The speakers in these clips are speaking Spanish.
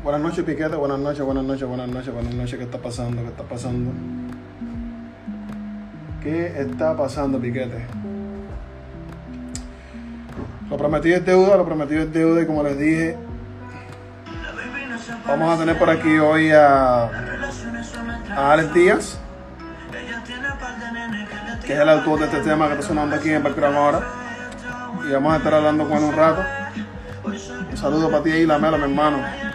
Buenas noches, Piquete. Buenas noches, buenas noches, buenas noches, buenas noches. ¿Qué está pasando? ¿Qué está pasando? ¿Qué está pasando, Piquete? Lo prometido es deuda, lo prometido es deuda y como les dije, vamos a tener por aquí hoy a Alex Díaz, que es el autor de este tema que está sonando aquí en el background ahora. Y vamos a estar hablando con él un rato. Un saludo para ti y la Melo, mi hermano.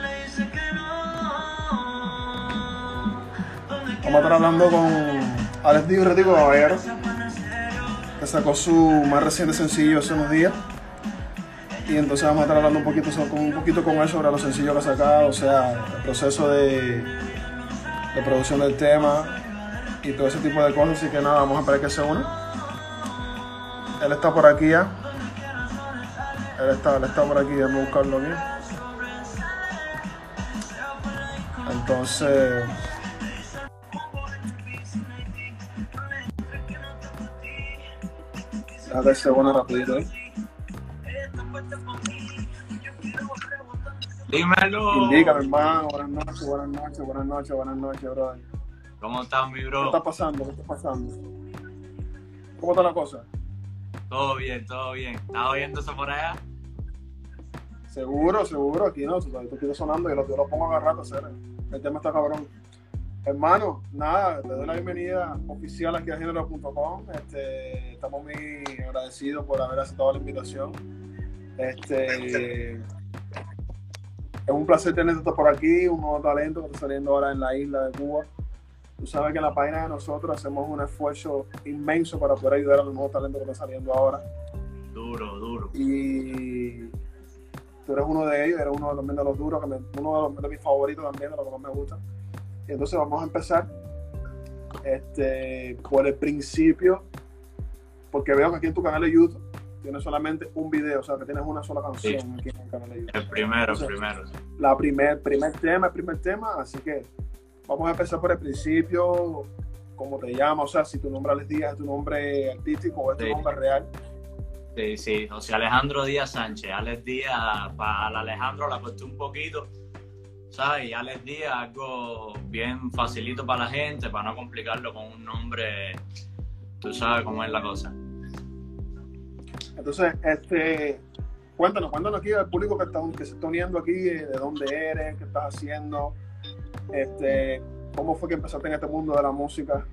Vamos a estar hablando con Alex Díaz, Retico Caballero, que sacó su más reciente sencillo hace unos días. Y entonces vamos a estar hablando un poquito con él sobre los sencillos que ha sacado, o sea, el proceso de producción del tema y todo ese tipo de cosas. Así que nada, vamos a esperar que se una. Él está por aquí ya. Él está por aquí, déjame buscarlo aquí. Entonces, a ver si se una rapidito, ¿eh? Dímelo. Indícame, hermano. Buenas noches, buenas noches, buenas noches, buenas noches, brother. ¿Cómo estás, mi bro? ¿Qué está pasando? ¿Qué está pasando? ¿Cómo está la cosa? Todo bien, todo bien. ¿Estás oyendo eso por allá? Seguro, aquí no, tú quieres sonando y yo lo pongo a agarrar, hacer. El tema está cabrón. Hermano, nada, te doy la bienvenida oficial aquí a género.com. Estamos muy agradecidos por haber aceptado la invitación. Es un placer tenerte por aquí, un nuevo talento que está saliendo ahora en la isla de Cuba. Tú sabes que en la página de nosotros hacemos un esfuerzo inmenso para poder ayudar a los nuevos talentos que están saliendo ahora. Duro. Y tú eres uno de ellos, eres uno también de los duros, uno de mis favoritos también, de los que más me gustan. Y entonces vamos a empezar por el principio, porque veo que aquí en tu canal de YouTube tienes solamente un video, o sea que tienes una sola canción, sí, aquí en el canal de YouTube. El primero. La primer tema, así que vamos a empezar por el principio. ¿Cómo te llamas? O sea, si tu nombre Alex Díaz es tu nombre artístico o es tu nombre real. Sí, José Alejandro Díaz Sánchez. Alex Díaz, para Alejandro la corté un poquito, ¿sabes? Y Alex Díaz, algo bien facilito para la gente, para no complicarlo con un nombre, tú sabes cómo es la cosa. Entonces, cuéntanos aquí al público que se está uniendo aquí, de dónde eres, qué estás haciendo, cómo fue que empezaste en este mundo de la música.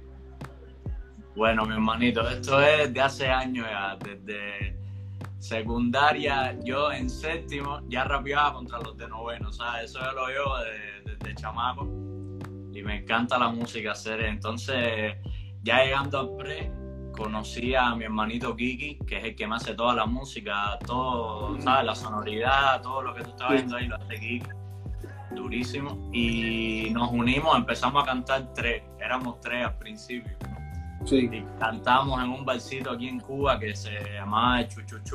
Bueno, mi hermanito, esto es de hace años ya, desde secundaria, yo en séptimo ya rapeaba contra los de noveno, ¿sabes? Eso yo lo llevo desde chamaco y me encanta la música hacer. Entonces, ya llegando al pre, conocí a mi hermanito Kiki, que es el que me hace toda la música, todo, ¿sabes? La sonoridad, todo lo que tú estás viendo ahí lo hace Kiki, durísimo. Y nos unimos, empezamos a cantar éramos tres al principio. Sí. Y cantamos en un barcito aquí en Cuba que se llamaba Chuchuchú.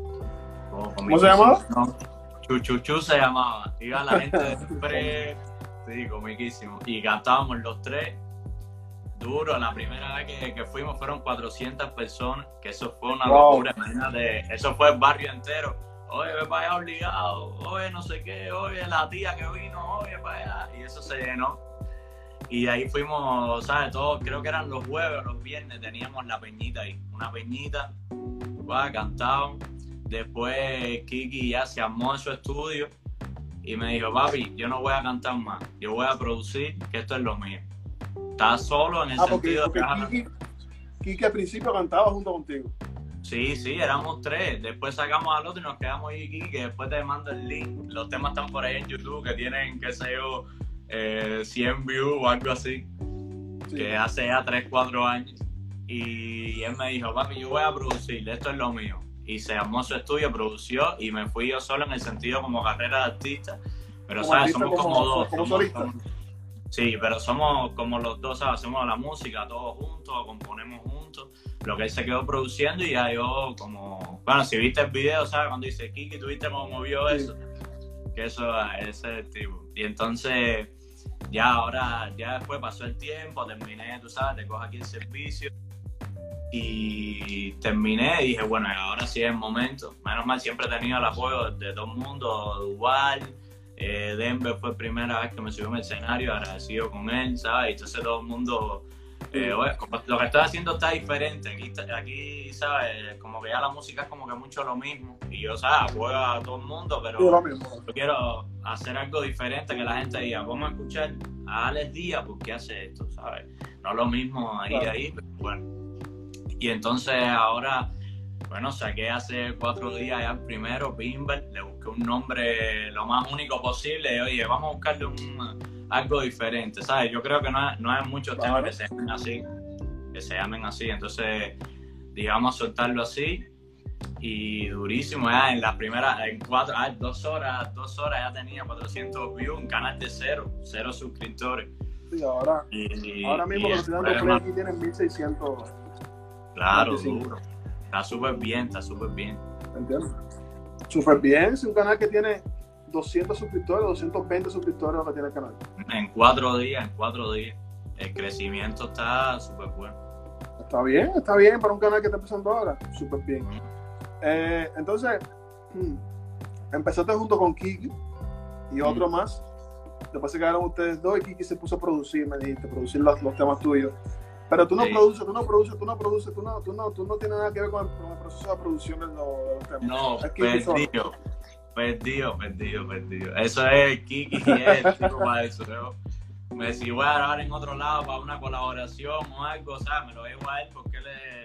¿Cómo se llamaba? No, Chuchuchú se llamaba. Iba la gente de pre, sí, comiquísimo. Y cantábamos los tres. Duro, la primera vez que fuimos fueron 400 personas, que eso fue una locura, imagínate, eso fue el barrio entero. Oye, ve para allá obligado, oye, no sé qué, oye, la tía que vino, oye, para allá. Y eso se llenó. Y ahí fuimos, ¿sabes? Todos, creo que eran los jueves o los viernes, teníamos la peñita ahí. Una peñita, cantábamos. Después Kiki ya se armó en su estudio y me dijo, papi, yo no voy a cantar más, yo voy a producir, que esto es lo mío. Estás solo en el sentido de que Kiki al principio cantaba junto contigo. Sí, éramos tres. Después sacamos al otro y nos quedamos ahí, Kiki, que después te mando el link. Los temas están por ahí en YouTube, que tienen, qué sé yo, 100 views o algo así, sí, que hace ya 3, 4 años. Y él me dijo, papi, yo voy a producir, esto es lo mío. Y se armó su estudio, produció y me fui yo solo en el sentido como carrera de artista. Pero, ¿sabes? Somos como dos. Como solista. Sí, pero somos como los dos, ¿sabes? Hacemos la música todos juntos, componemos juntos. Lo que él se quedó produciendo y ya yo como... Bueno, si viste el video, ¿sabes? Cuando dice, Kiki, ¿tú viste cómo movió eso? Que eso, ese es el tipo. Y entonces... Ya después pasó el tiempo, terminé, tú sabes, te cojo aquí el servicio y terminé y dije, bueno, ahora sí es el momento. Menos mal, siempre he tenido el apoyo de todo el mundo, Duval, Denver fue la primera vez que me subí a un escenario, agradecido con él, ¿sabes? Y entonces todo el mundo, oye, lo que estoy haciendo está diferente. Aquí, ¿sabes? Como que ya la música es como que mucho lo mismo. Y yo, ¿sabes? Juego a todo el mundo, pero yo quiero hacer algo diferente, que la gente diga, vamos a escuchar a Alex Díaz porque hace esto, ¿sabes? No lo mismo ahí, pero bueno. Y entonces ahora, bueno, saqué hace 4 días ya el primero, Bimber, le busqué un nombre lo más único posible y oye, vamos a buscarle algo diferente, ¿sabes? Yo creo que no hay muchos temas que se llamen así, entonces digamos soltarlo así y durísimo ya en la primera, en 2 horas ya tenía 400 views, un canal de cero suscriptores. Sí, ahora mismo los estudiantes de aquí tienen 1600. Claro, duro. Está súper bien. ¿Entiendes? Súper bien, es un canal que tiene 200 suscriptores, 220 suscriptores lo que tiene el canal. En 4 días. El crecimiento está súper bueno. Está bien para un canal que está empezando ahora. Súper bien. Entonces, empezaste junto con Kiki y otro más. Después se quedaron ustedes dos y Kiki se puso a producir, me dijiste, producir los temas tuyos. Pero tú no produces, tú no tienes nada que ver con el proceso de producción de los temas. No, perdido. Eso es Kiki y es el tipo para eso. Si voy a grabar en otro lado para una colaboración o algo, ¿sabes? Me lo digo a él porque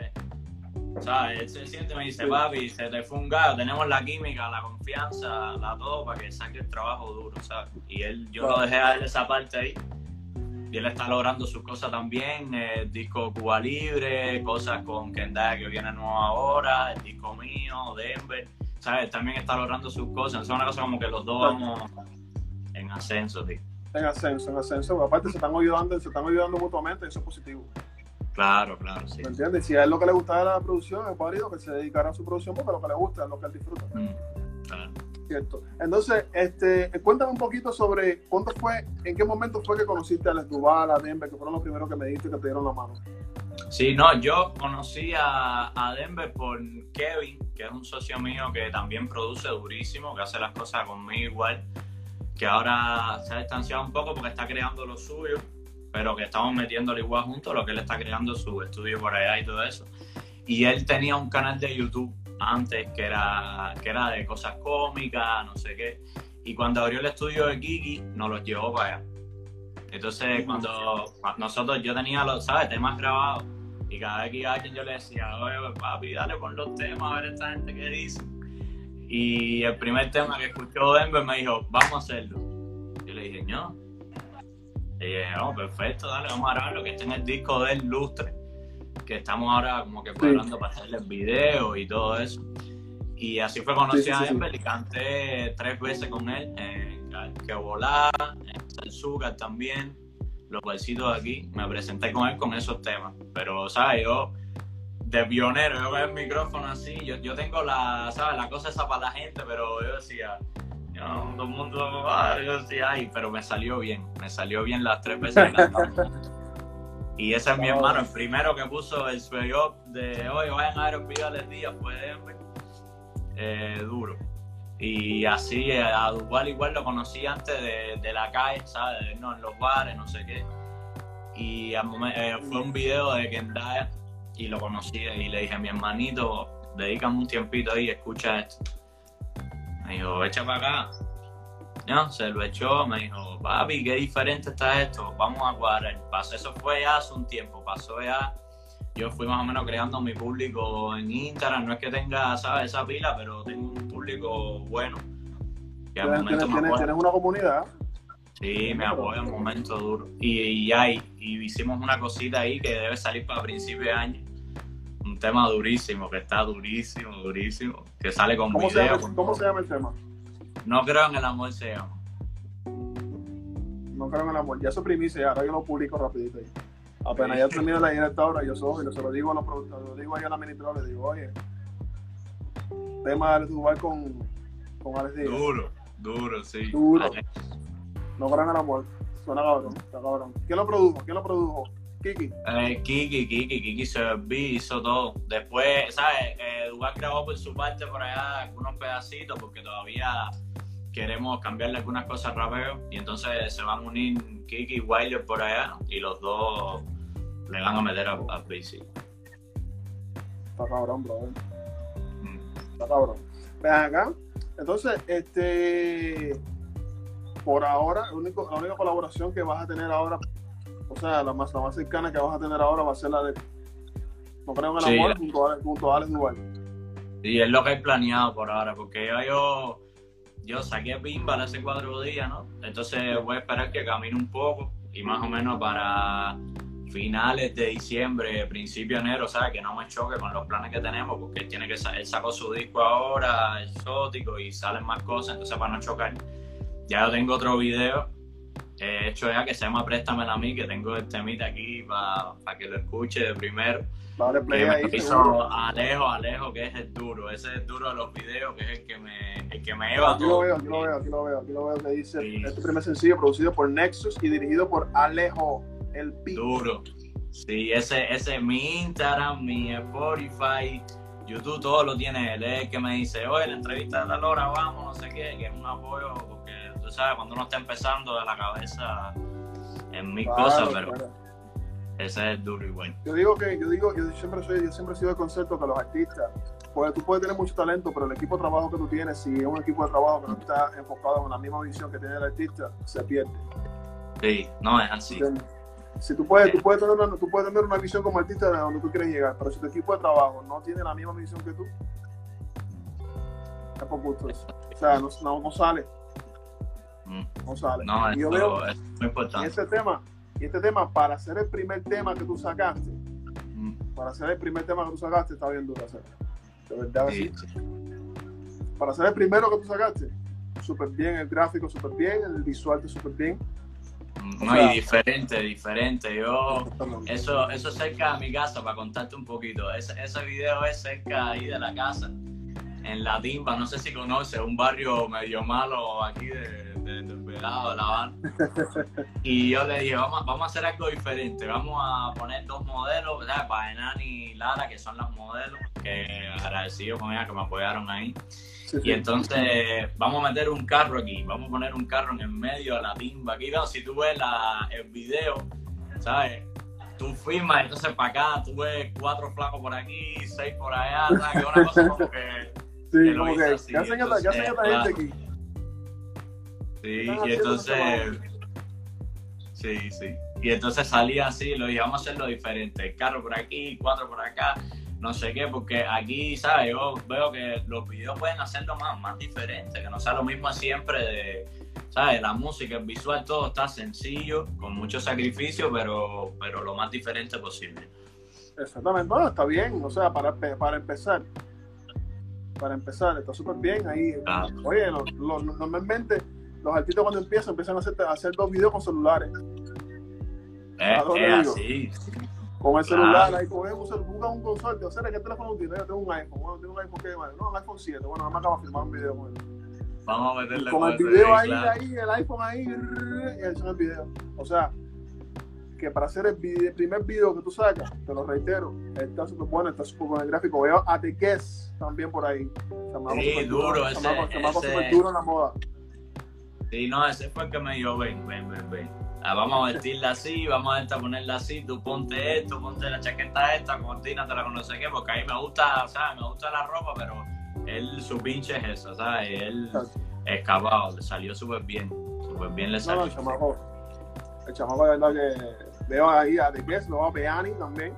¿sabes? Él se siente y me dice, papi, se te fue un gallo, tenemos la química, la confianza, todo para que saque el trabajo duro, ¿sabes? Y yo lo dejé a él esa parte ahí. Y él está logrando sus cosas también, el disco Cuba Libre, cosas con Kendall que viene nuevo ahora, el disco mío, Denver, ¿sabes? También está logrando sus cosas, es una cosa como que los dos vamos en ascenso, tío. En ascenso, aparte se están ayudando mutuamente, eso es positivo. Claro, sí. ¿Me entiendes? Si a él lo que le gusta de la producción, es válido que se dedicara a su producción porque lo que le gusta es lo que él disfruta. Claro. Cierto. Entonces, cuéntame un poquito sobre en qué momento fue que conociste a Alex Duval, a Denver, que fueron los primeros que me dijiste que te dieron la mano. Sí, no, yo conocí a Denver por Kevin, que es un socio mío que también produce durísimo, que hace las cosas conmigo igual, que ahora se ha distanciado un poco porque está creando lo suyo, pero que estamos metiéndolo igual juntos, lo que él está creando su estudio por allá y todo eso. Y él tenía un canal de YouTube antes que era de cosas cómicas, no sé qué, y cuando abrió el estudio de Kiki nos los llevó para allá. Entonces cuando yo tenía los, ¿sabes?, temas grabados y cada vez que iba alguien yo le decía, oye papi, dale por los temas a ver esta gente qué dice, y el primer tema que escuchó Denver me dijo, vamos a hacerlo. Yo le dije, no, y dije, no, perfecto, dale, vamos a grabarlo, que esté en el disco del Lustre, que estamos ahora como que hablando para hacerle el video y todo eso. Y así fue conocí a Denver y canté 3 veces con él, Que Volá, en Salzúcar también, los barcitos de aquí. Me presenté con él con esos temas. Pero, ¿sabes? Yo, de pionero, yo con el micrófono así, yo tengo la cosa esa para la gente, pero yo decía, todo el mundo, yo decía, ay, pero me salió bien las 3 veces que cantamos. Y ese es mi hermano, el primero que puso el sueño de hoy, vayan a ver el video del día, fue Denver, duro. Y así a Duval igual lo conocí antes de la calle, ¿sabes? No, en los bares, no sé qué. Y fue un video de Kendall y lo conocí y le dije a mi hermanito, dedícame un tiempito ahí, escucha esto. Me dijo, echa para acá. No, se lo echó, me dijo, papi, qué diferente está esto, vamos a cuadrar. Eso fue ya hace un tiempo, pasó ya. Yo fui más o menos creando mi público en Instagram, no es que tenga, ¿sabes?, esa pila, pero tengo un público bueno. Que al momento ¿Tienes una comunidad? Sí, me apoya en momentos duros. Y hicimos una cosita ahí que debe salir para principios de año. Un tema durísimo, que está durísimo, que sale con video. ¿Cómo se llama el tema? No creo en el amor se llama. No creo en el amor. Ya eso primicia, ahora yo lo publico rapidito ahí. Apenas ya termino la directora, yo se lo digo a los productores, lo digo ahí a la administradora, le digo, oye, tema de Alex Duval con Alex Díaz. Duro, sí. Duro. No creo en el amor. Suena cabrón, está cabrón. ¿Quién lo produjo? Kiki. Kiki hizo todo. Después, ¿sabes? Duval grabó por su parte por allá algunos pedacitos porque todavía queremos cambiarle algunas cosas al rapeo y entonces se van a unir Kiki y Wilder por allá y los dos le van a meter a BC. Está cabrón, brother. Está cabrón. Ven acá. Entonces, por ahora, la única colaboración que vas a tener ahora, o sea, la más cercana que vas a tener ahora va a ser la de No Creo en el Amor junto a Alex Duval. Sí, es lo que he planeado por ahora, porque yo saqué Pinball hace 4 días, ¿no? Entonces voy a esperar que camine un poco y más o menos para finales de diciembre, principio de enero, ¿sabes? Que no me choque con los planes que tenemos, porque él sacó su disco ahora, exótico, y salen más cosas, entonces para no chocar. Ya yo tengo otro video hecho ya que se llama Préstamela a mí, que tengo el temita aquí para que lo escuche de primero. Vale, play que ahí, me hizo Alejo, que es el duro. Ese es el duro de los videos, que es el que me lleva aquí todo. Aquí lo veo, que dice, sí. Este primer sencillo producido por Nexus y dirigido por Alejo, el Pi. Duro. Sí, ese es mi Instagram, mi Spotify, YouTube, todo lo tiene él. Es el que me dice, oye, la entrevista de tal hora, vamos, no sé qué, que es un apoyo, porque tú sabes, cuando uno está empezando de la cabeza en mil cosas, pero ese es duro igual. Yo siempre he sido del concepto que los artistas, pues tú puedes tener mucho talento, pero el equipo de trabajo que tú tienes, si es un equipo de trabajo que no está enfocado en la misma visión que tiene el artista, se pierde. Sí, no es así. Si tú puedes tener una visión como artista de donde tú quieres llegar, pero si tu equipo de trabajo no tiene la misma visión que tú, es por gusto eso. O sea, no sale. No sale. No, y yo veo es muy importante. Y este tema, para hacer el primer tema que tú sacaste, está bien duro hacer. De verdad, sí. Para hacer el primero que tú sacaste, súper bien, el gráfico súper bien, el visual súper bien. No, y diferente. Eso es cerca de mi casa, para contarte un poquito. Ese video es cerca ahí de la casa, en La Timba, no sé si conoces, un barrio medio malo aquí del Velado, de La Habana. Y yo le dije, vamos a hacer algo diferente, vamos a poner 2 modelos, ¿sabes? Para Enani y Lara, que son las modelos, que agradecido con ellas que me apoyaron ahí. Sí. Y entonces vamos a meter un carro aquí, vamos a poner un carro en el medio de La Timba aquí. No, si tú ves el video, ¿sabes? Tú filmas, entonces para acá tú ves 4 flacos por aquí, 6 por allá, ¿sabes? Que es una cosa como que... Sí, como que ya hacen esta gente aquí. Sí, y entonces... Sí. Y entonces salía así, lo dije, vamos a hacerlo diferente. El carro por aquí, 4 por acá, no sé qué, porque aquí, ¿sabes? Yo veo que los videos pueden hacerlo más diferente, que no sea lo mismo siempre ¿sabes? La música, el visual, todo está sencillo, con mucho sacrificio, pero lo más diferente posible. Exactamente, bueno, está bien, o sea, para empezar, está súper bien ahí. Oye, normalmente los artistas cuando empiezan a hacer 2 videos con celulares. Así. Con el celular, ahí buscan un consorte. O sea, ¿qué teléfono tienes? Yo tengo un iPhone. Bueno, tengo un iPhone que no, un iPhone 7. Bueno, nada más acabo de filmar un video con él. Vamos a meterle con el video ahí, el iPhone ahí, y ahí son el video. O sea, que para hacer el primer video que tú sacas, te lo reitero, está súper bueno, está súper con el gráfico. Veo a Teques también por ahí. Sí, duro, ese súper duro en la moda. Sí, no, ese fue el que me dijo, ven. Vamos a vestirla así, vamos a ponerla así, tú ponte esto, ponte la chaqueta esta, coordínatela con no sé qué, porque a mí me gusta, ¿sabes? Me gusta la ropa, pero su pinche es esa, ¿sabes? Él escapado, le salió súper bien le salió. No, el chamaco de verdad que veo ahí a The Guest, luego a Peani también.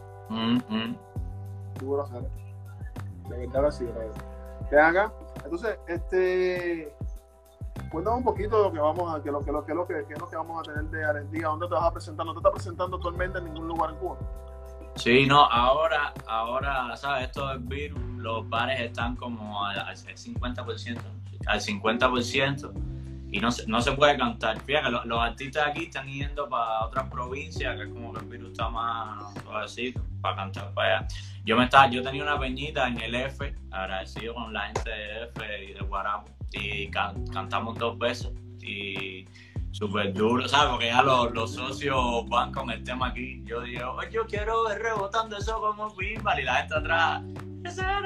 Seguro hacer. De verdad que sí, Ven acá. Entonces, cuéntame un poquito de lo que vamos a, qué es lo que vamos a tener de R&D, ¿a dónde te vas a presentar? ¿No te estás presentando actualmente en ningún lugar en Cuba? Sí, no, ahora, ¿sabes? Esto del virus, los bares están como al 50%, al 50%, y no se puede cantar. Fíjate, los artistas aquí están yendo para otras provincias, que es como que el virus está más suavecito, para cantar para allá. Yo tenía una peñita en el F, agradecido con la gente de F y de Guarapo, y cantamos 2 veces, y súper duro, ¿sabes? Porque ya los socios van con el tema aquí. Yo digo, yo quiero ver rebotando eso como pinball, y la gente atrás,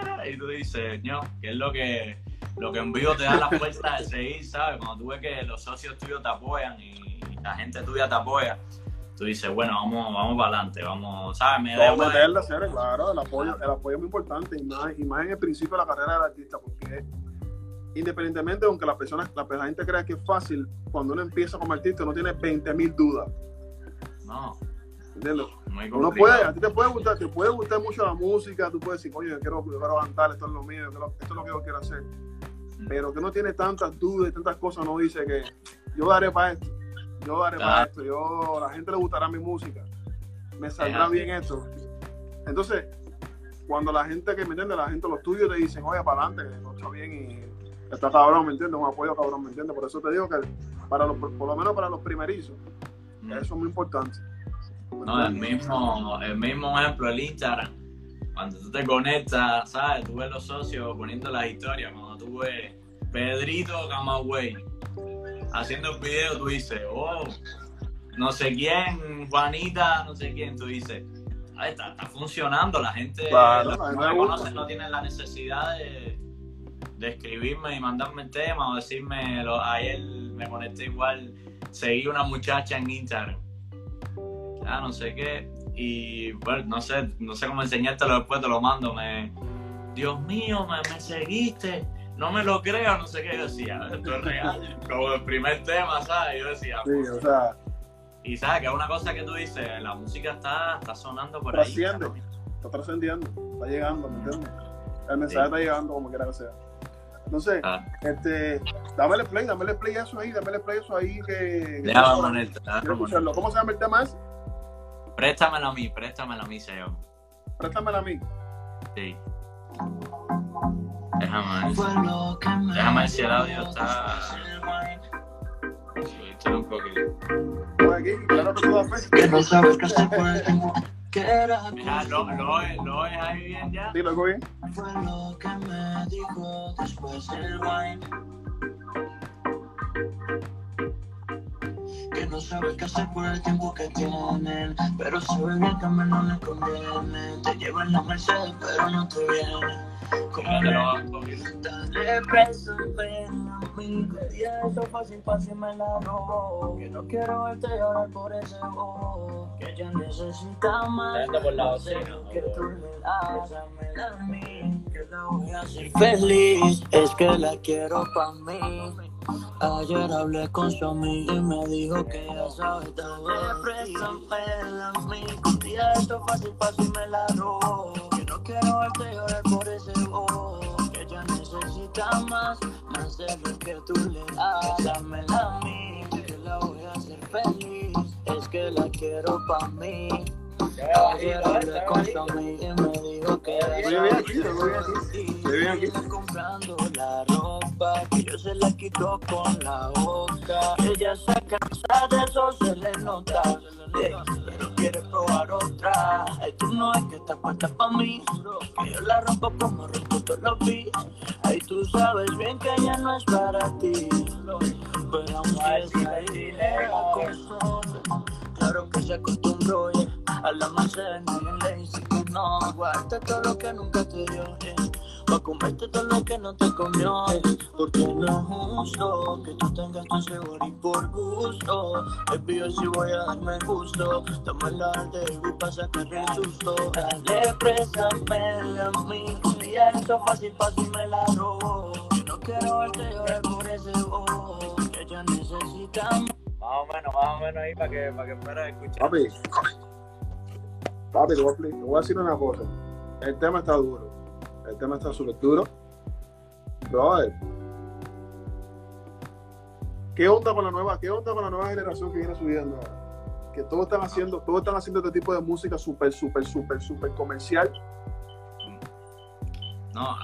y tú dices, no, que es lo que en vivo te da la fuerza de seguir, ¿sabes? Cuando tú ves que los socios tuyos te apoyan y la gente tuya te apoya, tú dices, bueno, vamos para adelante, vamos, ¿sabes? Vamos a meterle, hacer, claro, el apoyo es muy importante, y más en el principio de la carrera del artista, porque independientemente, aunque la gente crea que es fácil, cuando uno empieza como artista, uno tiene 20.000 dudas. No. ¿Entiendes? Uno puede, a ti te puede gustar mucho la música, tú puedes decir, coño, yo quiero cantar, esto es lo mío, esto es lo que yo quiero hacer. Pero que no tiene tantas dudas y tantas cosas, no dice que yo daré para esto, la gente le gustará mi música, me saldrá bien esto. Entonces, cuando la gente que me entiende, los tuyos te dicen, oye, para adelante, no está bien y está cabrón, ¿me entiendes? Un apoyo cabrón, ¿me entiendes? Por eso te digo que por lo menos para los primerizos, eso es muy importante. No, el mismo ejemplo, el Instagram. Cuando tú te conectas, ¿sabes? Tú ves los socios poniendo las historias. Cuando tú ves Pedrito Camagüey haciendo el video, tú dices, oh, no sé quién, Juanita, no sé quién. Tú dices, está funcionando. La gente, los que no me conocen no tienen la necesidad de escribirme y mandarme temas o decirme, ayer me conecté igual, seguí una muchacha en Instagram. No sé qué, y bueno, no sé cómo enseñártelo, después te lo mando, Dios mío, me seguiste, no me lo creo, no sé qué, yo decía, esto es real, como el primer tema, ¿sabes? Yo decía, sí, o sea, y sabes que es una cosa que tú dices, la música está sonando por trasciende, ahí, está trascendiendo, está llegando, ¿me entiendes? El mensaje está llegando como quiera que sea. Entonces, dámele play a eso ahí que déjame ponerte, ¿cómo se llama el tema ese? Préstamelo a mí, se llama. Préstamelo a mí. Sí. Déjame ver si el audio está. Subiste un poquito. Pues aquí, claro que tú das fe. Que no sabes qué hacer por el tiempo que era. Mira, lo es ahí bien ya. Dilo, algo bien. Fue lo que me dijo después del wine. Que no sabes qué hacer por el tiempo que tienen, pero saben bien que a mí no le conviene. Te llevan la Mercedes, pero no te viene. Dale preso, ven a mí. Y eso fácil me la robó. Que no quiero verte llorar por ese bobo. Que ella necesita más. Que tú le das, dámela a mí. Que la voy a hacer feliz. Es que la quiero pa' mí. Ayer hablé con su amiga y me dijo que ya sabe todo. Préstamela a mí. Y esto fácil me la robó. Que no quiero verte llorar por ese bobo. Que ella necesita más de lo que tú le das. Dámela a mí, que la voy a hacer feliz. Es que la quiero pa' mí. Ayer hablé con su amiga y me dijo que Estoy aquí. comprando la ropa, que yo se la quito con la boca. Ella se cansa de eso, se le nota, pero quiere probar otra. Ay, tú no es que estás puesta pa' mí, que yo la rompo como rompo todos los beats. Ay, tú sabes bien que ella no es para ti, pero aunque sea dinero con claro que se acostumbró a la Mercedes, nadie le dice que no. Guarda todo lo que nunca te dio, pa' comerte todo lo que no te comió, porque no es justo que tú tengas tu seguro y por gusto. Baby, yo sí voy a darme el gusto, dame la de y pasa que el susto. Dale, préstamela a mí, y a eso fácil me la robó. Yo no quiero verte llorar por ese bobo, que ella necesita Más o menos ahí para que puedas escuchar. Papi, te voy a decir una cosa. El tema está duro. El tema está súper duro. Brother, ¿qué onda con la nueva generación que viene subiendo ahora? Que todos están haciendo este tipo de música súper comercial. No,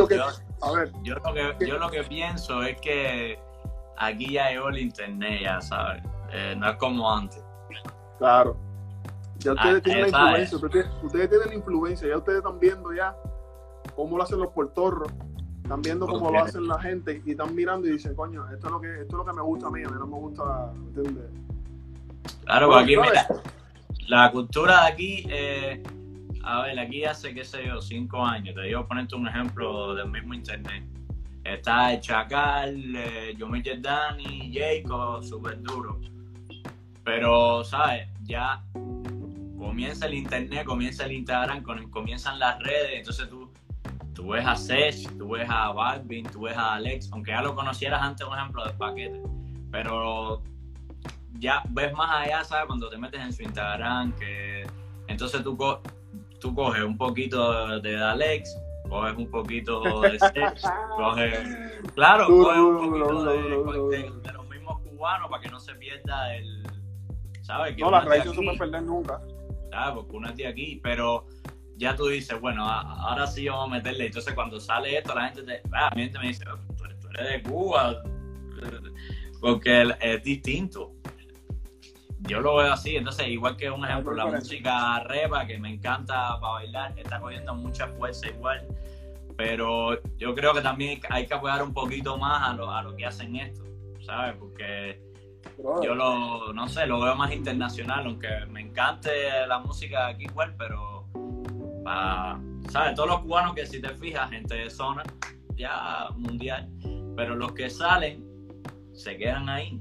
yo lo que pienso es que aquí ya llegó el internet, ya sabes. No es como antes. Claro. Ya ustedes tienen la influencia. Ustedes tienen la influencia. Ya ustedes están viendo ya cómo lo hacen los portorros. Están viendo cómo lo hacen la gente. Y están mirando y dicen, coño, esto es lo que me gusta a mí. A mí no me gusta, ¿entiendes? Claro, porque aquí, mira, la cultura de aquí, a ver, aquí hace, qué sé yo, 5 años, te digo, ponerte un ejemplo del mismo internet. Está el Chacal, Yomiche Dani, Jacob, súper duro. Pero, ¿sabes? Ya comienza el internet, comienza el Instagram, comienzan las redes, entonces tú ves a Sech, tú ves a Balvin, tú ves a Alex, aunque ya lo conocieras antes, un ejemplo, de Paquete, pero ya ves más allá, ¿sabes? Cuando te metes en su Instagram, que entonces tú coges un poquito de Alex, coges un poquito de Sech, coges un poquito de los mismos cubanos para que no se pierda el, ¿sabes? Que no, las raíces no se pueden perder nunca. ¿Sabes? Porque uno es de aquí, pero ya tú dices, bueno, ahora sí vamos a meterle. Entonces cuando sale esto, la gente me dice, tú eres de Cuba, porque es distinto. Yo lo veo así, entonces igual que un ejemplo, la música repa, que me encanta para bailar, está cogiendo mucha fuerza igual, pero yo creo que también hay que apoyar un poquito más a lo que hacen esto, ¿sabes? Porque yo no sé, lo veo más internacional, aunque me encante la música aquí igual, pero ¿sabes? Todos los cubanos que si te fijas, gente de zona, ya mundial, pero los que salen se quedan ahí,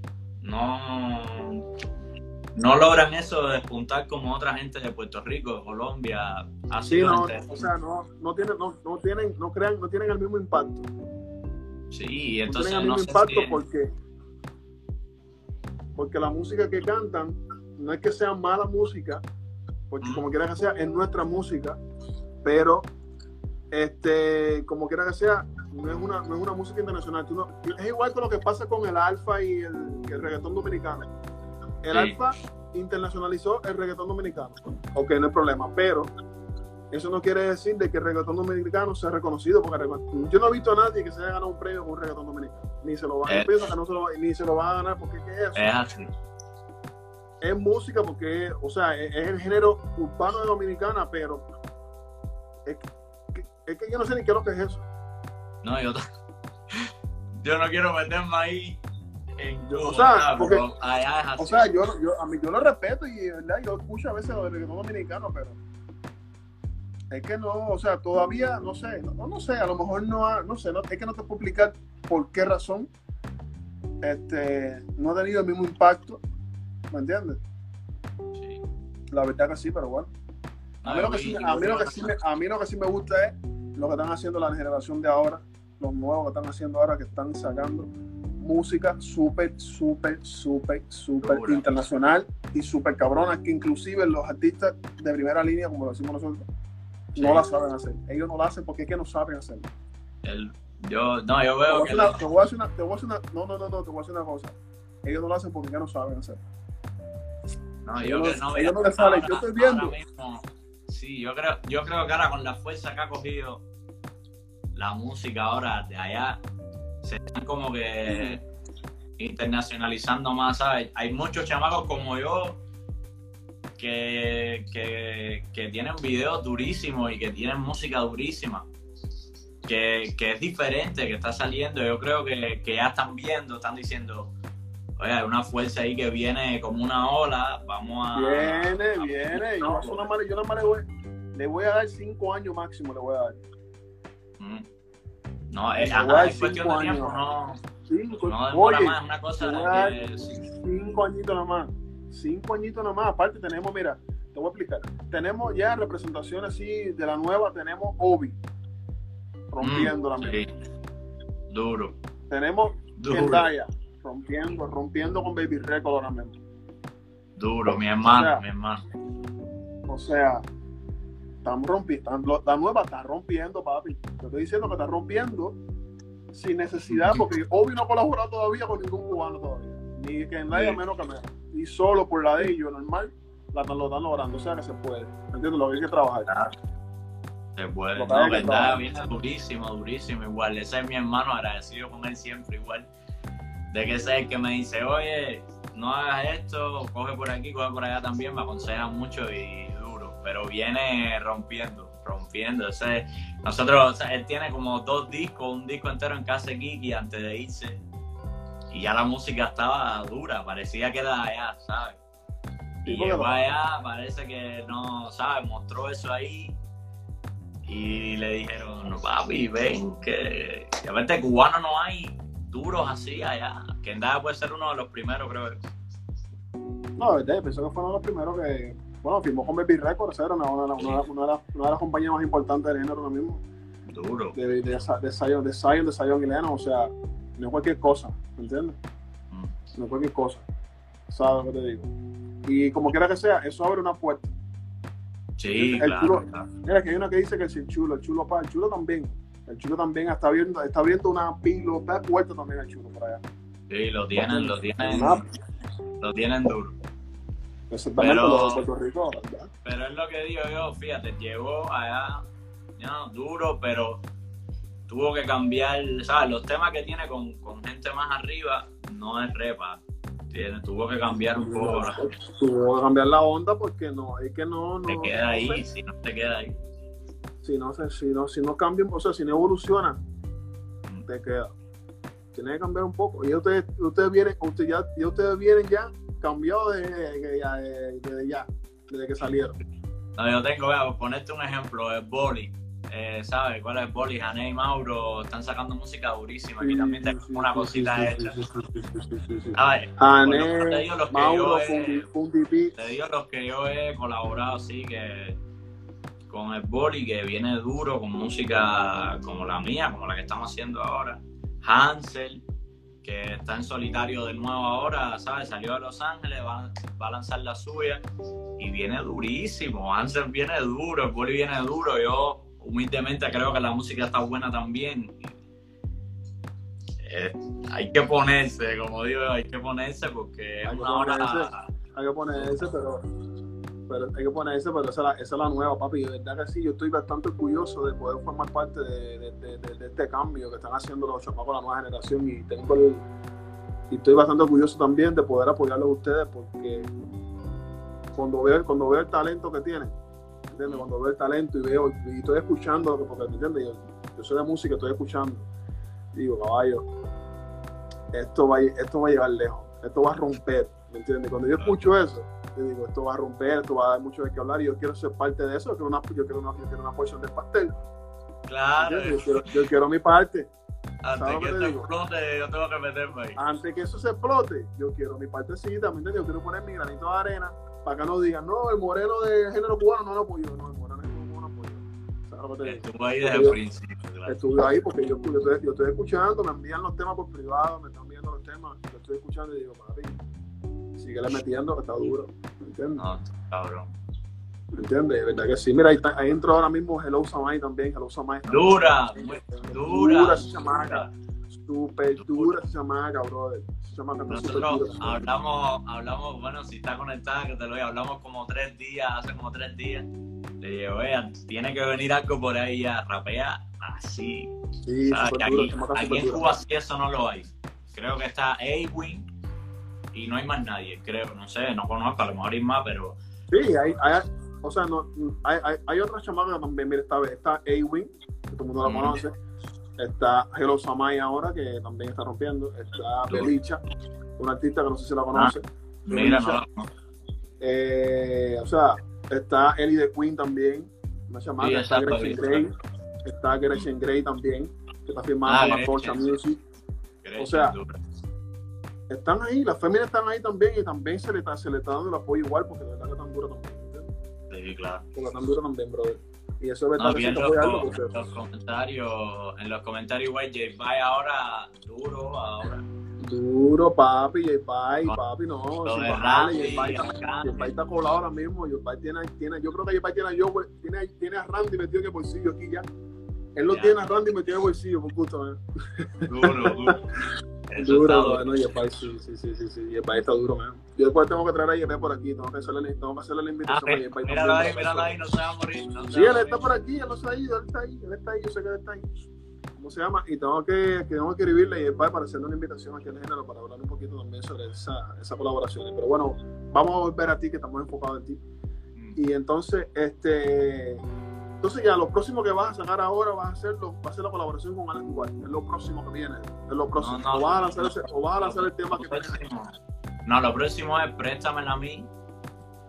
no logran eso de despuntar como otra gente de Puerto Rico, de Colombia. Sí, no tienen el mismo impacto. Sí, entonces no tienen el mismo impacto porque la música que cantan no es que sea mala música, porque como quiera que sea, es nuestra música, pero como quiera que sea, no es una música internacional. Es igual con lo que pasa con el Alfa y el reggaetón dominicano. El Alfa internacionalizó el reggaetón dominicano. Ok, no hay problema, pero eso no quiere decir de que el reggaetón dominicano sea reconocido, porque yo no he visto a nadie que se haya ganado un premio con un reggaetón dominicano. Ni se lo van a ni se lo van a ganar, porque ¿qué es eso? Es así. Es música porque, o sea, es el género urbano de Dominicana, pero es que yo no sé ni qué es lo que es eso. No, yo no quiero meterme ahí. O sea, porque, allá es así. O sea, yo lo respeto y ¿verdad? Yo escucho a veces lo del reggaetón dominicano, pero es que no, o sea, todavía no sé, a lo mejor no sé, es que no te puedo explicar por qué razón no ha tenido el mismo impacto, ¿me entiendes? Sí. La verdad que sí, pero bueno. A mí lo que sí me gusta es lo que están haciendo la generación de ahora, los nuevos que están haciendo ahora, que están sacando música súper internacional y súper cabrona, que inclusive los artistas de primera línea, como lo decimos nosotros, no la saben hacer. Ellos no la hacen porque es que no saben hacerlo. Yo veo que... Te voy a decir una cosa. Ellos no la hacen porque ya no saben hacerlo. No, ellos no les salen. Yo estoy viendo. Mismo, sí, yo creo que ahora con la fuerza que ha cogido la música ahora de allá, se están como que internacionalizando más, ¿sabes? Hay muchos chamacos como yo que tienen videos durísimos y que tienen música durísima, que es diferente, que está saliendo. Yo creo que ya están viendo, están diciendo, oye, hay una fuerza ahí que viene como una ola, vamos a... Viene. Yo le voy a dar 5 años máximo, le voy a dar. No, es cuestión de tiempo, no demora más, una cosa de 5 añitos nada más. 5 añitos nada más. Aparte tenemos, mira, te voy a explicar. Tenemos ya representaciones así de la nueva, tenemos Obi rompiendo la mente. Sí. Duro. Tenemos Kendaya rompiendo con Baby Record ahora mismo. Duro, mi hermano. O sea, estamos rompiendo, la nueva está rompiendo, papi. Te estoy diciendo que está rompiendo sin necesidad, porque Obi no ha colaborado todavía con ningún cubano todavía. Ni que nadie menos que menos. Y solo por la de ellos, normal, lo están logrando. O sea que se puede. ¿Entiendes? Lo que hay que trabajar. Se puede. No, verdad, viene durísimo igual. Ese es mi hermano, agradecido con él siempre igual. De que ese es el que me dice, oye, no hagas esto, coge por aquí, coge por allá también, me aconseja mucho y duro, pero viene rompiendo. Nosotros, o sea, él tiene como 2 discos, un disco entero en casa de Kiki antes de irse, y ya la música estaba dura, parecía que era allá, ¿sabes? Y llegó allá, parece que no, ¿sabes? Mostró eso ahí. Y le dijeron, no, papi, ven, que a verte cubano no hay duros así allá. Kendall puede ser uno de los primeros, creo. No, verdad, pensé que fue uno de los primeros que, bueno, firmó con Baby Records, era una de las compañías más importantes del género ahora mismo. Duro. De Zion y Lennon, o sea, no es cualquier cosa, ¿me entiendes? No es cualquier cosa, ¿sabes lo que te digo? Y como quiera que sea, eso abre una puerta. Sí, el claro, chulo, claro. Mira, que hay una que dice que el chulo también está abriendo una pilota de puerta también el chulo por allá. Sí, lo tienen duro. Exactamente, los de Puerto Rico, ¿verdad? Pero es lo que digo yo, fíjate, llegó allá, duro, pero tuvo que cambiar, ¿sabes? Los temas que tiene con gente más arriba no es repa. Tuvo que cambiar un poco. Tuvo que cambiar la onda porque no, es que no. Te queda ahí, si no te queda ahí. Si no cambian, o sea, si no evoluciona, te queda. Tiene que cambiar un poco. Y ustedes vienen ya cambiados desde que salieron. No, yo tengo, voy a ponerte un ejemplo, el Boli. ¿Sabes cuál es Boli? Jané y Mauro están sacando música durísima. Aquí también tengo una cosita hecha. A ver, Jané, Mauro, te digo los que yo he colaborado así que con el Boli, que viene duro con música como la mía, como la que estamos haciendo ahora. Hansel, que está en solitario de nuevo ahora, ¿sabes? Salió de Los Ángeles, va a lanzar la suya y viene durísimo. Hansel viene duro, el Boli viene duro. Yo humildemente creo que la música está buena también. Hay que ponerse, como digo, porque es una hora. Hay que ponerse, pero esa es la nueva, papi. De verdad que sí, yo estoy bastante orgulloso de poder formar parte de este cambio que están haciendo los chamacos de la nueva generación y estoy bastante orgulloso también de poder apoyarlos a ustedes porque cuando veo el talento que tienen, ¿entiendes? Cuando veo el talento y estoy escuchando, porque ¿entiendes? Yo soy de música, estoy escuchando, digo, caballo, esto va a llegar lejos, esto va a romper, ¿me entiendes? Cuando yo escucho eso, yo digo, esto va a romper, esto va a dar mucho de qué hablar y yo quiero ser parte de eso, yo quiero una porción del pastel. Claro. Yo quiero mi parte. Antes que esto explote, yo tengo que meterme ahí. Antes que eso se explote, yo quiero mi partecita, ¿me entiendes? Yo quiero poner mi granito de arena para que no digan, no, el moreno de género cubano no lo apoyó, no, el moreno de género cubano no apoyó. Estuvo ahí desde el principio. Claro. Estuve ahí porque yo estoy escuchando, me envían los temas por privado, me están enviando los temas, yo estoy escuchando y digo, papi, síguele metiendo que está duro, ¿me entiendes? No, cabrón. ¿Me entiendes? ¿Verdad que sí? Mira, ahí entró ahora mismo Hello Samai también, Hello Samai. Dura esa chamaca. Súper dura esa chamaca, brother. Esa chamaca está súper dura. Nosotros hablamos, bueno, si está conectada, que te lo digo, hablamos hace como 3 días. Le digo, tiene que venir algo por ahí a rapear así. Sí, aquí en Cuba sí eso no lo hay. Creo que está A-Wing y no hay más nadie, creo, no sé, no conozco, a lo mejor hay más, pero... Sí, hay otras chamacas también, mira, está A-Wing, que todo el mundo la conoce. Está Hello Samai ahora, que también está rompiendo. Está Belicha, una artista que no sé si la conoce. Mira, no. O sea, está Ellie the Queen también, una chamaca. Sí, está Gretchen Gray. Está Gretchen Gray también, que está firmada con la Porsche Music. O sea, están ahí, las féminas están ahí también y también se le está dando el apoyo igual porque de verdad que están dura también. ¿Entiendes? Sí, claro. Porque están dura también, brother. Y eso es verdad que en los comentarios, güey, J-Bay ahora, duro, ahora. Duro, papi, J-Bay, papi, no. J-Bay está colado ahora mismo. J-Bay tiene, yo creo que J-Bay tiene a Randy metido en el bolsillo aquí ya. Él lo tiene a Randy metido en el bolsillo, por gusto, Duro. Duro, bueno, J-Bay, sí. J-Bay está duro, man. Yo después tengo que traer a J-Bay por aquí, tengo que hacerle la invitación a J-Bay. Míralo ahí, no se va a morir. Sí, él está por aquí, él no se ha ido, él está ahí, yo sé que él está ahí. ¿Cómo se llama? Y tengo que escribirle a J-Bay para hacerle una invitación aquí al género, para hablar un poquito también sobre esa colaboración. Pero bueno, vamos a volver a ti, que estamos enfocados en ti. Y entonces, ya lo próximo que vas a sacar ahora va a ser la colaboración con Alex Duval. Es lo próximo que viene. Es lo próximo. O vas a lanzar el tema que viene. No, lo próximo es Préstamela a mí.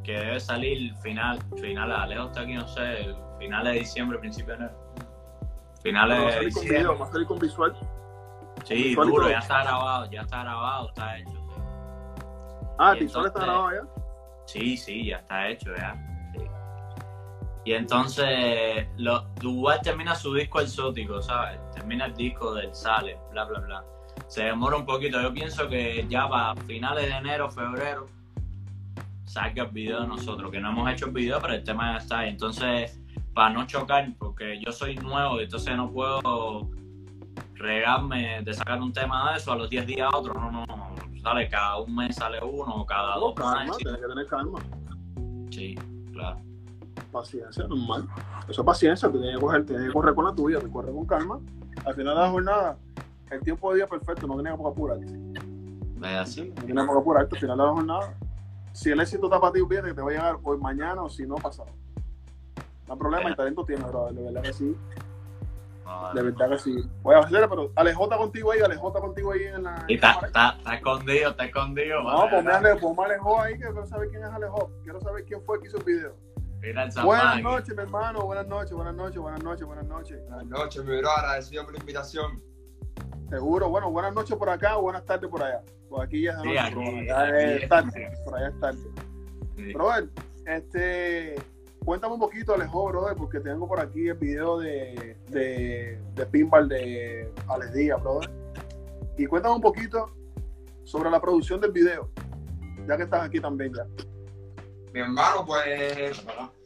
que debe salir final, Alejo está aquí, no sé, finales de diciembre, principio de enero. Finales de diciembre. Vamos a salir con visual. Sí, visual duro, ya está grabado, está hecho. Sí. Ah, el visual está grabado ya. Sí, ya está hecho ya. Sí. Y entonces, Dubai termina su disco exótico, ¿sabes? Termina el disco del Sale, bla, bla, bla. Se demora un poquito. Yo pienso que ya para finales de enero, febrero, salga el video de nosotros, que no hemos hecho el video, pero el tema ya está ahí. Entonces, para no chocar, porque yo soy nuevo, entonces no puedo regarme de sacar un tema de eso a los 10 días a otro. No, sale cada un mes sale uno, o cada dos meses. Tienes que tener calma. Sí, claro. Paciencia, normal. Eso es paciencia, tienes que correr con la tuya, te corre con calma. Al final de la jornada, el tiempo de día perfecto, no tienes que apurarte. Es así. No tienes que apurarte al final de la jornada. Si el éxito está para ti, fíjate que te va a llegar hoy, mañana, o si no, pasado. No hay problema, el talento tiene, bro, de verdad que sí. De verdad que sí. Voy a hacer, pero Alejota contigo ahí en la. Y está escondido. No, ponme Alejo ahí, que quiero saber quién es Alejo. Quiero saber quién fue que hizo el video. Mira el Buenas noches, mi hermano. Buenas noches. Buenas noches, mi bro. Agradecido por la invitación. Seguro. Bueno, buenas noches por acá, buenas tardes por allá. Por aquí ya es de noche, por allá es tarde. Sí. Brother, cuéntame un poquito, Alejo, brother, porque tengo por aquí el video de pinball de Alex Díaz, brother. Y cuéntame un poquito sobre la producción del video, ya que estás aquí también ya. Mi hermano, pues...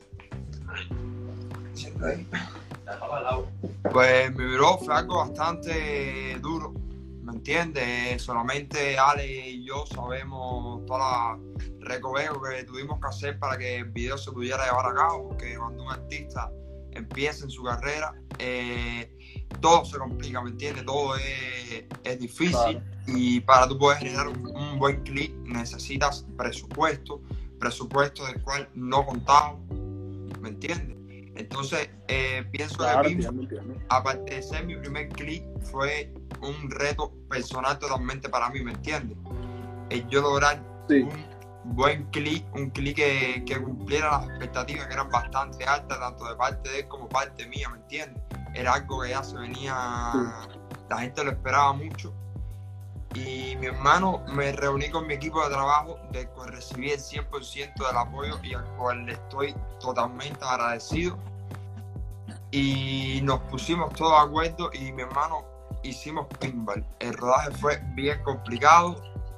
Pues mi bro fue algo bastante duro, ¿me entiendes? Solamente Ale y yo sabemos toda la recoveco que tuvimos que hacer para que el video se pudiera llevar a cabo, porque cuando un artista empieza en su carrera, todo se complica, ¿me entiendes? Todo es difícil, claro. Y para tú poder generar un buen clip necesitas presupuesto del cual no contamos, ¿me entiendes? Entonces, pienso claro, que aparte de ser mi primer clip, fue un reto personal totalmente para mí, ¿me entiendes? Yo lograr un buen clip, un clip que cumpliera las expectativas, que eran bastante altas, tanto de parte de él como parte mía, ¿me entiendes? Era algo que ya se venía, la gente lo esperaba mucho. Y mi hermano, me reuní con mi equipo de trabajo, del cual recibí el 100% del apoyo y al cual le estoy totalmente agradecido. Y nos pusimos todos de acuerdo y mi hermano hicimos pinball. El rodaje fue bien complicado.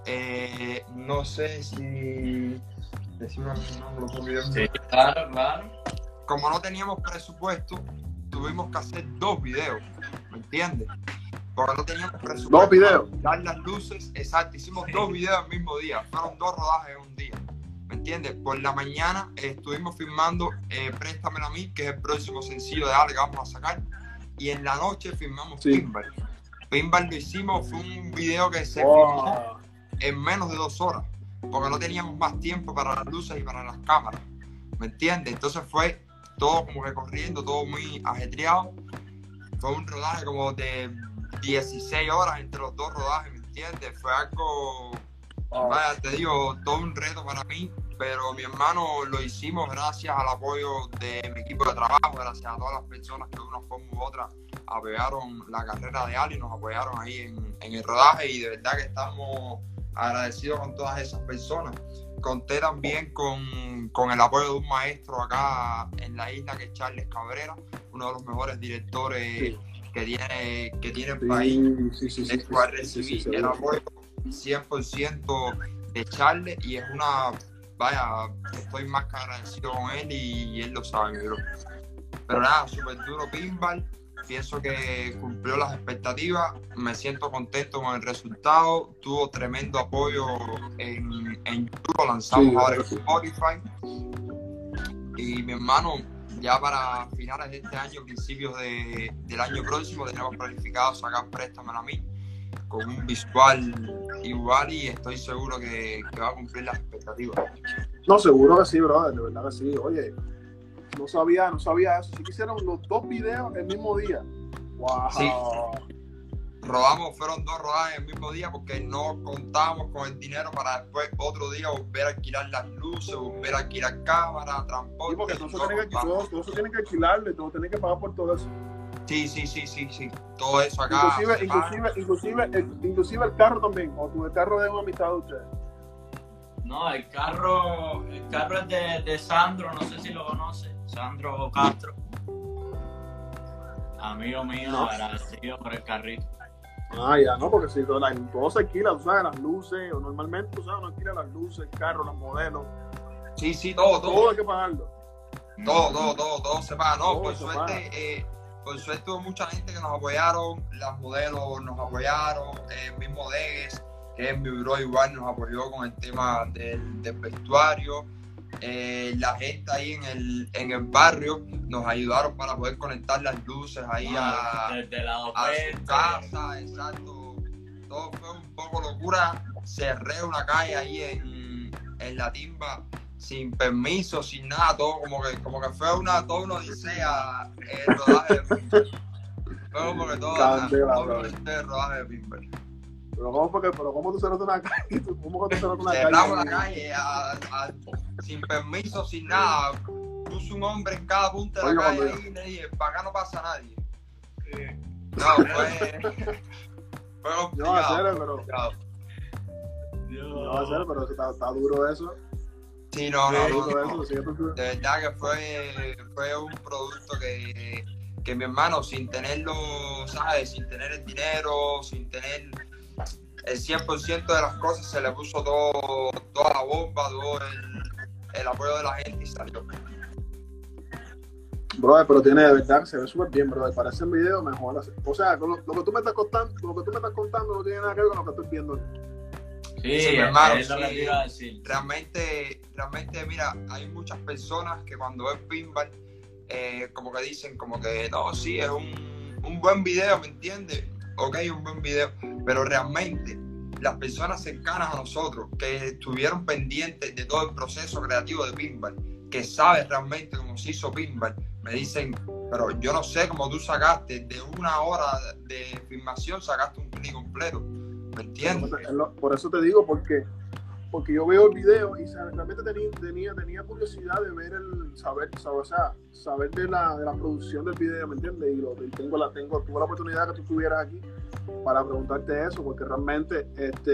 No sé si decimos sí, claro. Como no teníamos presupuesto, tuvimos que hacer 2 videos, ¿me entiendes? Porque no teníamos presupuesto. 2 videos. Dar las luces, exacto. Hicimos 2 videos el mismo día. Fueron 2 rodajes en un día. ¿Me entiendes? Por la mañana estuvimos filmando Préstamelo a mí, que es el próximo sencillo de Ale que vamos a sacar. Y en la noche filmamos Pinball. Pinball lo hicimos, fue un video que se filmó en menos de 2 horas. Porque no teníamos más tiempo para las luces y para las cámaras. ¿Me entiendes? Entonces fue todo como que corriendo, todo muy ajetreado. Fue un rodaje como de 16 horas entre los 2 rodajes, ¿me entiendes? Fue algo, vaya, te digo, todo un reto para mí, pero mi hermano lo hicimos gracias al apoyo de mi equipo de trabajo, gracias a todas las personas que de una forma u otra apoyaron la carrera de Ali y nos apoyaron ahí en el rodaje, y de verdad que estamos agradecidos con todas esas personas. Conté también con el apoyo de un maestro acá en la isla, que es Charles Cabrera, uno de los mejores directores que tiene el país, el cual recibí el apoyo 100% de Charles, y es estoy más que agradecido con él y él lo sabe, mi bro. Pero nada, súper duro pinball, pienso que cumplió las expectativas, me siento contento con el resultado, tuvo tremendo apoyo en YouTube, lo lanzamos ahora en Spotify, y mi hermano, ya para finales de este año, principios del año próximo, tenemos planificado sacar Préstamelo a mí con un visual igual, y estoy seguro que va a cumplir las expectativas. No, seguro que sí, brother, de verdad que sí. Oye, no sabía eso. Sí que hicieron los 2 videos el mismo día. ¡Wow! Sí. fueron 2 rodajes el mismo día porque no contábamos con el dinero para después otro día volver a alquilar las luces, volver a alquilar cámaras, transporte. Sí, porque todo eso tienen que alquilarle, todo tienen que pagar por todo eso. Sí. Todo eso acá. Inclusive el carro también, o el carro de una amistad de ustedes. No, el carro es de Sandro, no sé si lo conoce, Sandro Castro. Amigo mío, No. agradecido por el carrito. Ah, ya, no, porque si todo se alquila, tú sabes, las luces, o normalmente, tú sabes, uno alquila las luces, el carro, los modelos. Sí, todo. Todo hay que pagarlo. Todo se paga. No, Todo por se suerte hubo mucha gente que nos apoyaron, las modelos nos apoyaron, el mismo Degues, que es mi bro, igual nos apoyó con el tema del vestuario. La gente ahí en el barrio nos ayudaron para poder conectar las luces ahí Desde la a su casa, exacto. Todo fue un poco locura. Cerré una calle ahí en La Timba sin permiso, sin nada, todo como que fue toda una odisea el rodaje de Pimper. Fue como que todo el rodaje de Pimper. Pero ¿cómo tú cerraste una calle? ¿Cómo que tú cerraste una calle? Cerramos la calle sin permiso, sin nada. Puse un hombre en cada punta de la calle ahí y le dije, para acá no pasa nadie. No, fue No, a serio, complicado. pero está duro eso. Sí, no. Eso, sí, De verdad que fue un producto que mi hermano, sin tenerlo, ¿sabes? Sin tener el dinero, sin tener el 100% de las cosas, se le puso toda la bomba, todo el apoyo de la gente y salió. Brother, pero tiene, de verdad, se ve súper bien, brother. Para ese video mejor. O sea, lo que tú me estás contando no tiene nada que ver con lo que estoy viendo. Sí, mi hermano, es lo que te iba a decir. Realmente, mira, hay muchas personas que cuando ven pinball, como que dicen, como que no, sí, es un buen video, ¿me entiendes? Ok, un buen video, pero realmente las personas cercanas a nosotros que estuvieron pendientes de todo el proceso creativo de pinball, que saben realmente cómo se hizo pinball, me dicen, pero yo no sé cómo tú sacaste de 1 hora de filmación, sacaste un clip completo, ¿me entiendes? Por eso te digo, porque yo veo el video y realmente tenía curiosidad de ver saber de la producción del video, ¿me entiendes? Y tuve la oportunidad que tú estuvieras aquí para preguntarte eso, porque realmente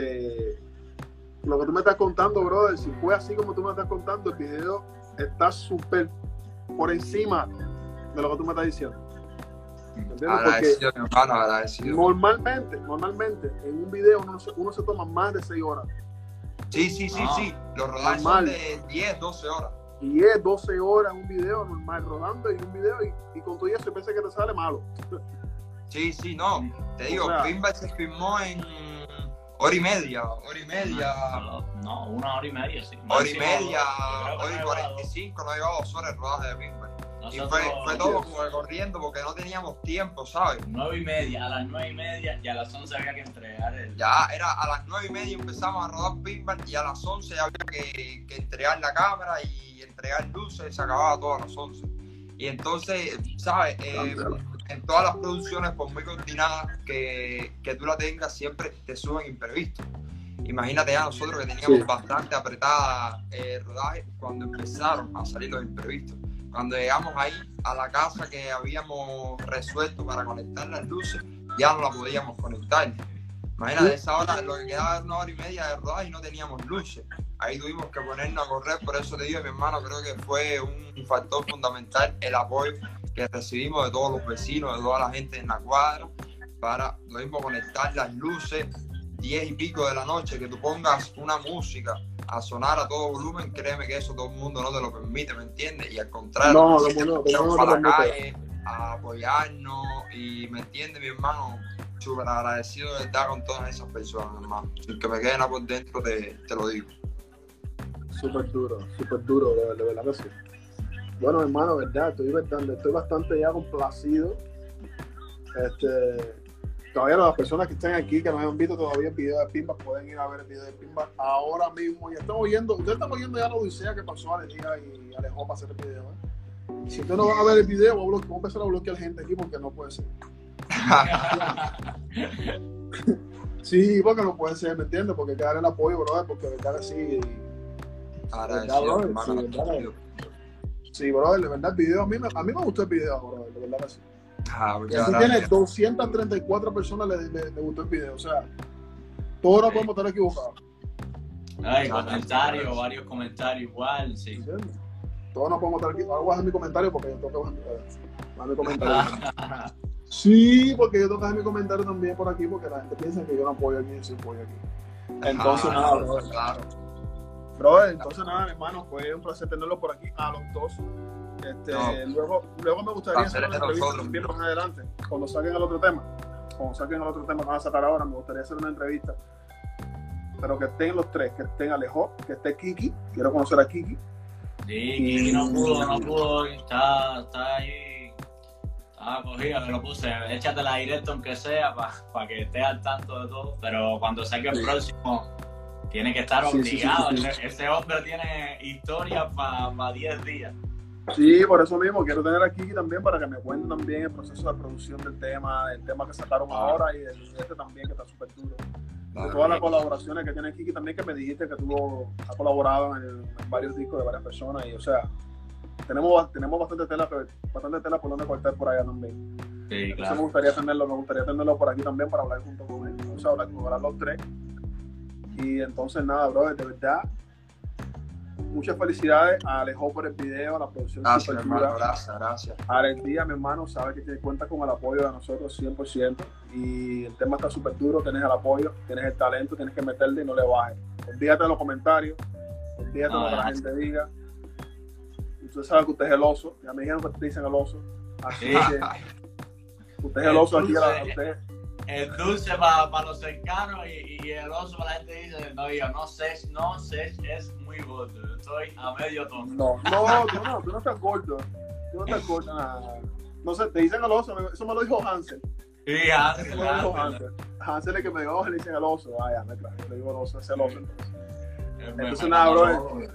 lo que tú me estás contando, brother, si fue así como tú me estás contando, el video está súper por encima de lo que tú me estás diciendo. ¿Entiendes? Agradecido, mi hermano, agradecido. Normalmente en un video uno se toma más de 6 horas. Sí. Los rodajes son de 10, 12 horas. 10, 12 horas un video normal rodando y un video y con todo eso yo pensé que te sale malo. Sí, no. Te digo, pinball se filmó en hora y media. No, 1 hora y media, sí. Hora y media, hora y 45, no llevaba 2 horas el rodaje de pinball. Y fue todo como corriendo porque no teníamos tiempo, ¿sabes? 9:30, a las 9:30 y a las 11 había que entregar Ya era a las 9:30 empezamos a rodar pinball y a las 11 había que entregar la cámara y entregar luces, se acababa todo a las 11. Y entonces, ¿sabes? En todas las producciones, por muy coordinadas que tú la tengas, siempre te suben imprevistos. Imagínate ya nosotros que teníamos bastante apretada rodaje cuando empezaron a salir los imprevistos. Cuando llegamos ahí a la casa que habíamos resuelto para conectar las luces, ya no la podíamos conectar. Imagínate, esa hora, lo que quedaba era 1 hora y media de rodaje y no teníamos luces. Ahí tuvimos que ponernos a correr, por eso te digo, mi hermano, creo que fue un factor fundamental el apoyo que recibimos de todos los vecinos, de toda la gente en la cuadra, para lo mismo conectar las luces, 10 y pico de la noche, que tú pongas una música a sonar a todo volumen, créeme que eso todo el mundo no te lo permite, ¿me entiendes? Y al contrario, vamos para la calle a apoyarnos y, ¿me entiendes, mi hermano? Súper agradecido de verdad con todas esas personas, hermano. Sin que me quede nada por dentro, te lo digo. Súper duro, de verdad que sí. Bueno, hermano, verdad, estoy bastante ya complacido. Todavía las personas que están aquí, que no han visto todavía el video de Pinball, pueden ir a ver el video de Pinball ahora mismo. Y ustedes están oyendo ya la odisea que pasó a Alejía y Alejó para hacer el video, ¿eh? Si ustedes no van a ver el video, vamos a empezar a bloquear gente aquí porque no puede ser. Sí, porque no puede ser, ¿me entiendes? Porque hay que dar el apoyo, brother, porque de verdad que sí. Agradecido, brother, hermano, sí, verdad. agradecido. Sí, brother, de verdad el video, a mí me gustó el video, brother, de verdad que sí. Ah, Y muchas aquí tiene gracias. 234 personas le gustó el video, o sea, todos nos podemos estar equivocados, Ay, Muchas comentarios, gracias. varios comentarios igual, sí. ¿entiendes? Todos nos podemos estar equivocados. Voy a hacer mi comentario porque yo tengo que bajar mi comentario. Sí, porque yo tengo que hacer mi comentario también por aquí, porque la gente piensa que yo no apoyo aquí, yo sí apoyo aquí. Entonces, nada, brother. Claro. Brother, entonces nada, hermano, fue un placer tenerlo por aquí a los dos. No. Luego me gustaría Placer hacer una es de entrevista nosotros, también bro. más adelante, cuando saquen el otro tema. Cuando saquen el otro tema que van a sacar ahora, me gustaría hacer una entrevista. Pero que estén los tres, que estén Alejo, que esté Kiki, quiero conocer a Kiki. Sí, Kiki no pudo, está ahí, estaba cogido, me lo puse, échate la directa aunque sea, para que estés al tanto de todo, pero cuando saque el próximo, tiene que estar obligado, Sí. Ese hombre tiene historia para 10 días. Sí, por eso mismo quiero tener a Kiki también para que me cuente también el proceso de producción del tema, el tema que sacaron ahora y este también que está súper duro. De todas las colaboraciones que tiene Kiki también, que me dijiste que ha colaborado en varios discos de varias personas y o sea, tenemos bastante tela por donde cortar por allá también. Sí, Entonces claro. me gustaría tenerlo por aquí también para hablar junto con él, o sea, hablar los tres. Y entonces nada, brother, de verdad, muchas felicidades a Alejo por el video, a la producción Gracias, super hermano, dura. gracias. Arendía, mi hermano, sabe que cuenta con el apoyo de nosotros 100%. Y el tema está súper duro, tienes el apoyo, tienes el talento, tienes que meterle y no le bajes. Olvídate de los comentarios, olvídate de lo que la gente diga. Y usted sabe que usted es el oso, ya me dijeron que te dicen el oso. Así Sí. que usted es el oso aquí, usted. El dulce para los cercanos y el oso para la gente dice, no, yo no sé, es muy gordo, yo estoy a medio tono. Tú no estás gordo. Tú no estás gordo, nada. No sé, te dicen el oso, eso me lo dijo Hansel. Sí, Eso me lo dijo Hansel. Hansel es que me dijo, le dicen el oso. Ah, ya, me claro, yo le digo el oso, es el oso entonces. Entonces nada, brother.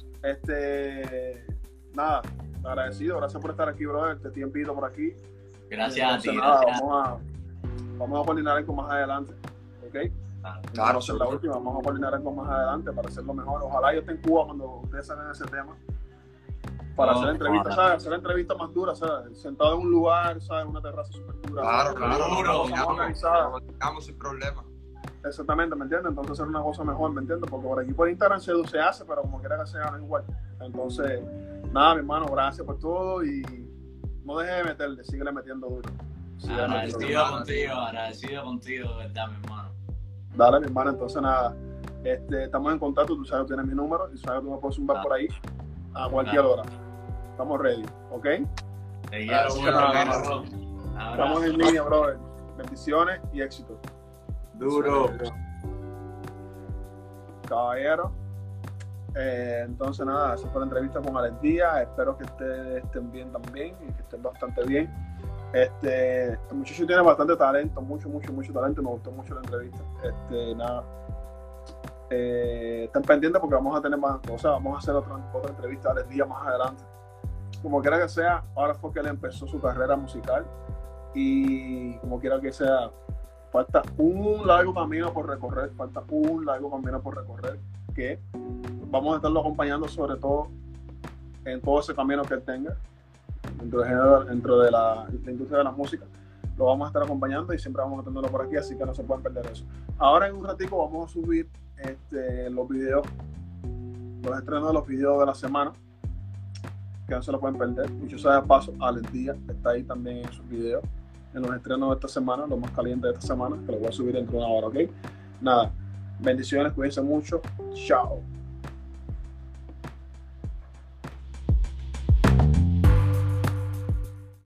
Nada, agradecido, gracias por estar aquí, brother, este tiempito por aquí. Gracias a ti, Entonces, gracias. Vamos a coordinar algo más adelante, ¿ok? Claro, Esa es la última, vamos a coordinar algo más adelante para hacerlo mejor. Ojalá yo esté en Cuba cuando ustedes salgan ese tema. Para hacer entrevistas, ojalá. ¿sabes? Hacer entrevistas más duras, ¿sabes? Sentado en un lugar, ¿sabes? En una terraza súper dura. Claro, ¿sabes? claro. Una cosa más organizada. Lo sin problema. Exactamente, ¿me entiendes? Entonces hacer una cosa mejor, ¿me entiendes? Porque por aquí por Instagram se hace, pero como quiera que sea, no es igual. Entonces, nada, mi hermano, gracias por todo y no dejes de meterle, síguele metiendo duro. Síguele metiendo duro. Agradecido contigo, de verdad, mi hermano. Dale, mi hermano, entonces nada, estamos en contacto, tú sabes que tienes mi número y sabes que tú me puedes zumbar por ahí a cualquier hora. Estamos ready, ¿ok? Te quiero mucho, nada, Abrazo. Estamos en línea, brother. Bendiciones y éxito. Duro. Caballero. Entonces nada, esa fue la entrevista con Alex Díaz. Espero que estén bien también y que estén bastante bien. El muchacho tiene bastante talento, mucho talento. Me gustó mucho la entrevista. Nada. Estén pendientes porque vamos a tener más, o sea, vamos a hacer otra entrevista a Alex Díaz más adelante. Como quiera que sea, ahora fue que él empezó su carrera musical y como quiera que sea, falta un largo camino por recorrer, que vamos a estarlo acompañando sobre todo en todo ese camino que él tenga dentro de la industria de la música. Lo vamos a estar acompañando y siempre vamos a tenerlo por aquí, así que no se pueden perder eso. Ahora en un ratico vamos a subir los videos, los estrenos de los videos de la semana, que no se lo pueden perder. Dicho sea de paso, Alex Díaz está ahí también en sus videos, en los estrenos de esta semana, los más calientes de esta semana, que los voy a subir dentro de una hora, ¿ok? Nada, bendiciones, cuídense mucho, chao.